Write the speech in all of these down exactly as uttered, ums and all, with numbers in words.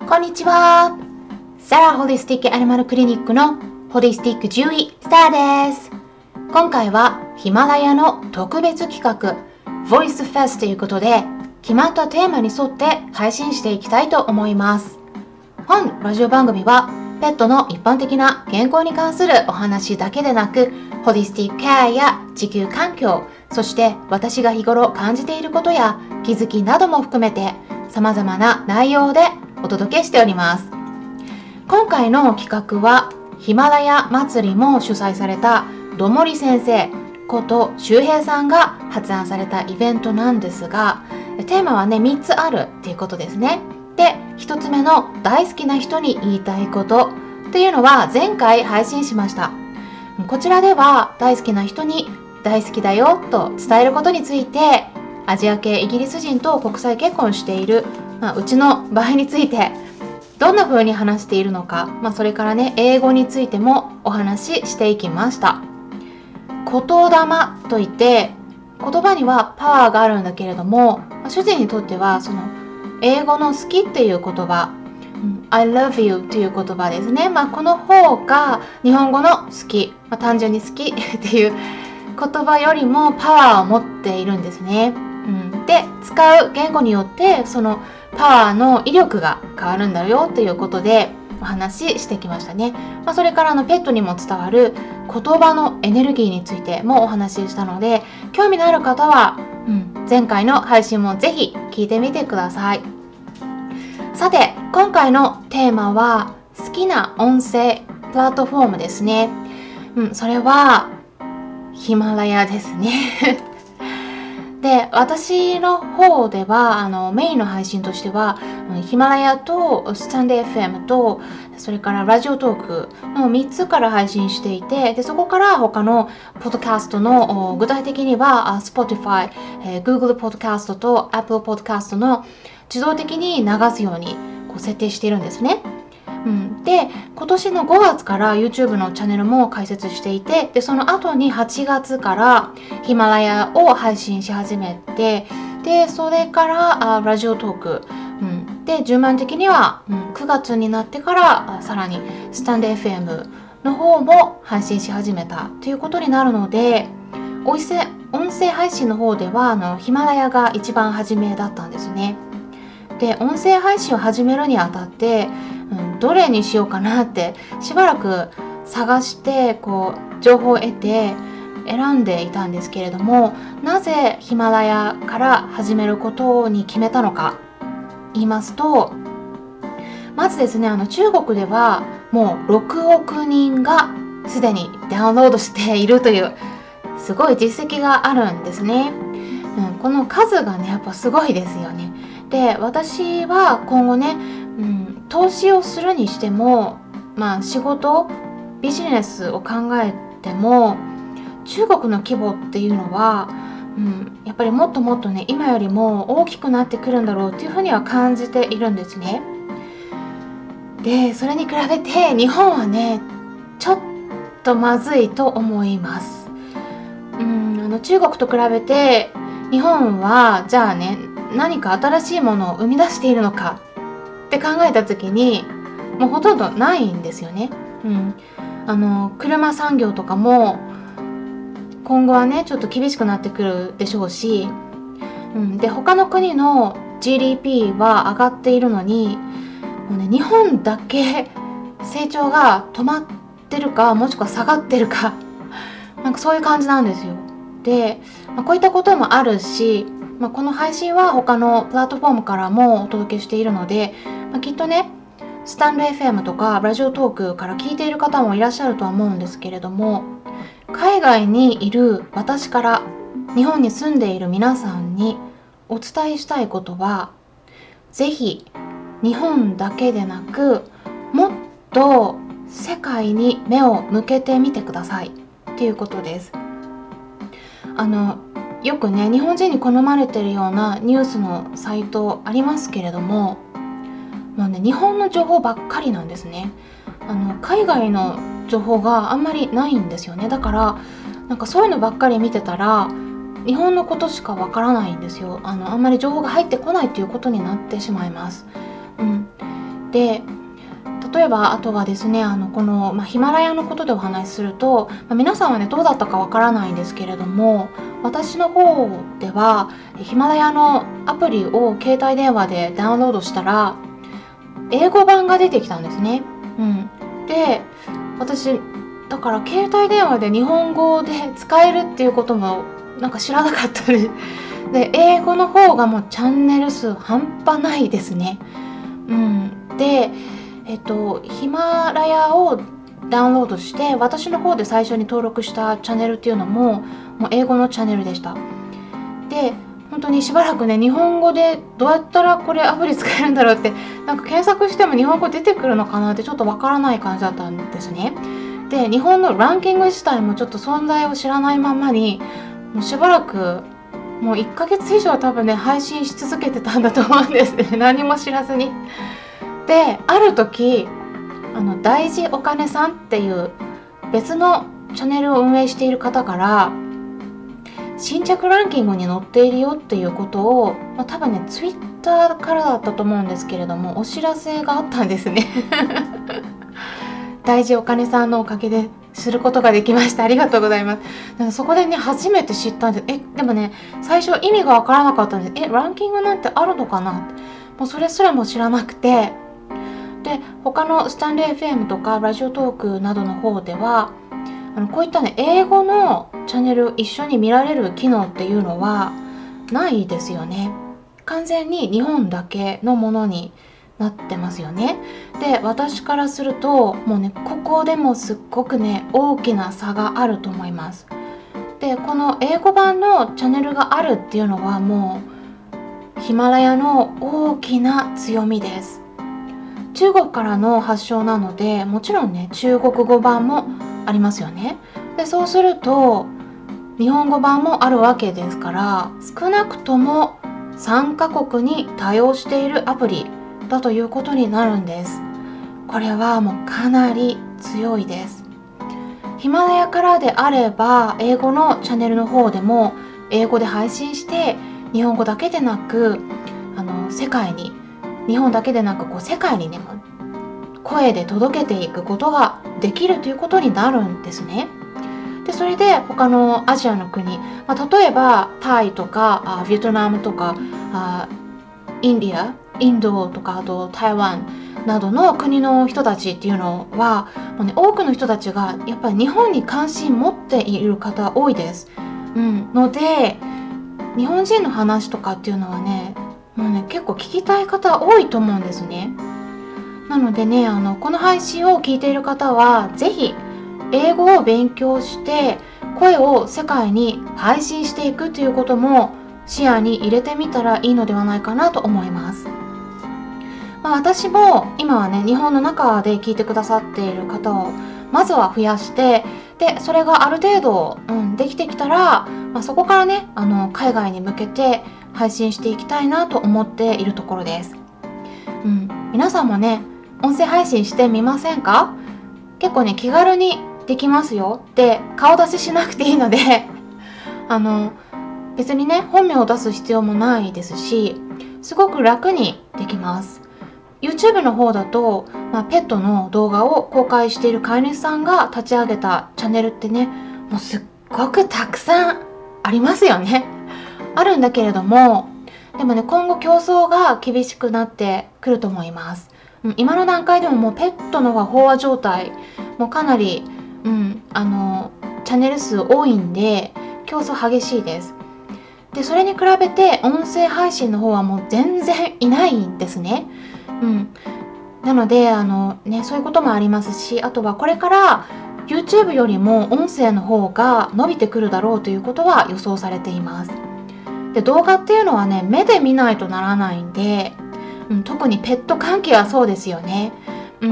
こんにちは。サラホリスティックアニマルクリニックのホリスティック獣医スターです。今回はヒマラヤの特別企画 Voice Fest ということで、決まったテーマに沿って配信していきたいと思います。本ラジオ番組はペットの一般的な健康に関するお話だけでなく、ホリスティックケアや地球環境、そして私が日頃感じていることや気づきなども含めて様々な内容でお届けしております。今回の企画はヒマラヤ祭りも主催されたどもり先生こと周平さんが発案されたイベントなんですが、テーマはねみっつあるっていうことですね。で、ひとつめの大好きな人に言いたいことっていうのは前回配信しました。こちらでは大好きな人に大好きだよと伝えることについて、アジア系イギリス人と国際結婚している、まあ、うちの場合についてどんな風に話しているのか、まあ、それからね英語についてもお話ししていきました。言霊といって言葉にはパワーがあるんだけれども、主人にとってはその英語の好きっていう言葉、I love you という言葉ですね。まあ、この方が日本語の好き、まあ、単純に好きっていう言葉よりもパワーを持っているんですね。うん、で、使う言語によってそのパワーの威力が変わるんだよということでお話ししてきましたね。まあ、それからのペットにも伝わる言葉のエネルギーについてもお話ししたので、興味のある方は、うん、前回の配信もぜひ聞いてみてください。さて、今回のテーマは好きな音声プラットフォームですね。うん、それはヒマラヤですね。で、私の方ではあのメインの配信としてはヒマラヤとスタンド エフエム とそれからラジオトークのみっつから配信していて、でそこから他のポッドキャストの具体的には Spotify、えー、Google ポッドキャストと Apple ポッドキャストの自動的に流すようにこう設定しているんですね。うん、で、今年のごがつから YouTube のチャンネルも開設していて、でその後にはちがつからヒマラヤを配信し始めて、でそれからあラジオトーク、うん、で順番的には、うん、くがつになってからさらにスタンド エフエム の方も配信し始めたということになるので、音声、音声配信の方ではあのヒマラヤが一番初めだったんですね。で、音声配信を始めるにあたって、うん、どれにしようかなってしばらく探してこう情報を得て選んでいたんですけれども、なぜヒマラヤから始めることに決めたのか言いますと、まずですね、あの中国ではもうろくおくにんがすでにダウンロードしているというすごい実績があるんですね。うん、この数がねやっぱすごいですよね。で、私は今後ね、うん、投資をするにしても、まあ仕事、ビジネスを考えても中国の規模っていうのは、うん、やっぱりもっともっとね今よりも大きくなってくるんだろうっていうふうには感じているんですね。で、それに比べて日本はねちょっとまずいと思います。うん、あの中国と比べて日本はじゃあね何か新しいものを生み出しているのかって考えた時にもうほとんどないんですよね。うん、あの車産業とかも今後はねちょっと厳しくなってくるでしょうし、うん、で他の国の ジーディーピー は上がっているのに、もうね、日本だけ成長が止まってるかもしくは下がってるかなんかそういう感じなんですよ。で、まあ、こういったこともあるし、まあ、この配信は他のプラットフォームからもお届けしているので、まあ、きっとねスタンド エフエム とかラジオトークから聞いている方もいらっしゃるとは思うんですけれども、海外にいる私から日本に住んでいる皆さんにお伝えしたいことは、ぜひ日本だけでなくもっと世界に目を向けてみてくださいっていうことです。あのよくね日本人に好まれているようなニュースのサイトありますけれども、もうね日本の情報ばっかりなんですね。あの海外の情報があんまりないんですよね。だからなんかそういうのばっかり見てたら日本のことしかわからないんですよ。あのあんまり情報が入ってこないということになってしまいます。うん、 で例えばあとはですね、あのこの、まあ、ヒマラヤのことでお話しすると、まあ、皆さんはねどうだったかわからないんですけれども、私の方ではヒマラヤのアプリを携帯電話でダウンロードしたら英語版が出てきたんですね。うん、で私だから携帯電話で日本語で使えるっていうこともなんか知らなかったです。で英語の方がもうチャンネル数半端ないですね。うん、でえっとヒマラヤをダウンロードして私の方で最初に登録したチャンネルっていうのももう英語のチャンネルでした。で本当にしばらくね日本語でどうやったらこれアプリ使えるんだろうってなんか検索しても日本語出てくるのかなってちょっとわからない感じだったんですね。で日本のランキング自体もちょっと存在を知らないままにもうしばらくもういっかげつ以上多分ね配信し続けてたんだと思うんですね。何も知らずに。である時あの大事お金さんっていう別のチャンネルを運営している方から新着ランキングに載っているよっていうことを、まあ、多分ねツイッターからだったと思うんですけれどもお知らせがあったんですね。大事お金さんのおかげですることができました。ありがとうございます。だからそこでね初めて知ったんです。えでもね最初意味がわからなかったんです。えランキングなんてあるのかなって、もうそれすらも知らなくて、で他のスタンレー エフエム とかラジオトークなどの方ではあのこういったね英語のチャンネルを一緒に見られる機能っていうのはないですよね。完全に日本だけのものになってますよね。で私からするともうねここでもすっごくね大きな差があると思います。でこの英語版のチャンネルがあるっていうのはもうヒマラヤの大きな強みです。中国からの発祥なのでもちろんね中国語版もありますよね。でそうすると日本語版もあるわけですから少なくともさんカ国に対応しているアプリだということになるんです。これはもうかなり強いです。ヒマラヤからであれば英語のチャンネルの方でも英語で配信して日本語だけでなくあの世界に日本だけでなくこう世界にね声で届けていくことができるということになるんですね。でそれで他のアジアの国、まあ、例えばタイとかあベトナムとかあインディアインドとかあと台湾などの国の人たちっていうのはもう、ね、多くの人たちがやっぱり日本に関心持っている方多いです、うん、ので日本人の話とかっていうのはねもうね結構聞きたい方多いと思うんですね。なのでねあのこの配信を聞いている方はぜひ英語を勉強して声を世界に配信していくということも視野に入れてみたらいいのではないかなと思います。まあ、私も今はね日本の中で聞いてくださっている方をまずは増やしてでそれがある程度、うん、できてきたら、まあ、そこからねあの海外に向けて配信していきたいなと思っているところです、うん、皆さんもね音声配信してみませんか？結構ね気軽にできますよ。で顔出ししなくていいのであの別にね本名を出す必要もないですしすごく楽にできます。 YouTube の方だと、まあ、ペットの動画を公開している飼い主さんが立ち上げたチャンネルってねもうすっごくたくさんありますよね。あるんだけれどもでもね今後競争が厳しくなってくると思います。今の段階でももうペットのが飽和状態もうかなり、うん、あのチャンネル数多いんで競争激しいです。でそれに比べて音声配信の方はもう全然いないんですね。うん、なのであの、ね、そういうこともありますしあとはこれから YouTube よりも音声の方が伸びてくるだろうということは予想されています。で動画っていうのはね目で見ないとならないんでうん、特にペット関係はそうですよね、うん、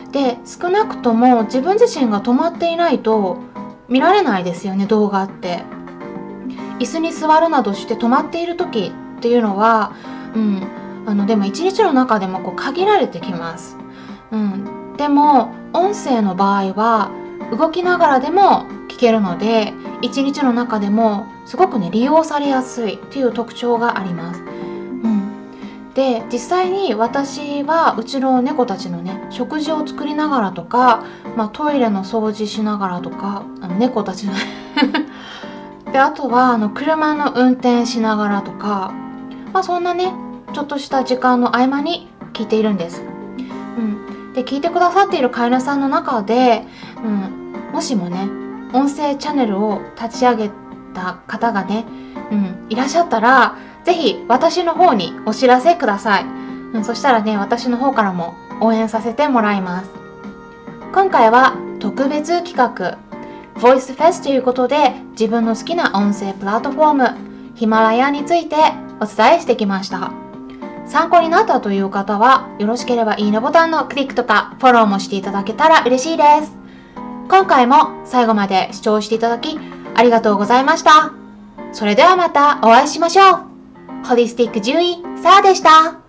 で少なくとも自分自身が止まっていないと見られないですよね。動画って椅子に座るなどして止まっている時っていうのは、うん、あのでも一日の中でもこう限られてきます、うん、でも音声の場合は動きながらでも聞けるので一日の中でもすごくね利用されやすいという特徴があります。 で実際に私はうちの猫たちのね食事を作りながらとか、まあ、トイレの掃除しながらとか、あの猫たちのであとはあの車の運転しながらとか、まあ、そんなねちょっとした時間の合間に聞いているんです。うん、で聞いてくださっている飼い主さんの中で、うん、もしもね音声チャンネルを立ち上げた方がね、うん、いらっしゃったらぜひ私の方にお知らせください。うん、そしたらね私の方からも応援させてもらいます。今回は特別企画 Voice Fest ということで自分の好きな音声プラットフォームヒマラヤについてお伝えしてきました。参考になったという方はよろしければいいねボタンのクリックとかフォローもしていただけたら嬉しいです。今回も最後まで視聴していただきありがとうございました。それではまたお会いしましょう。ホリスティック獣医サラでした。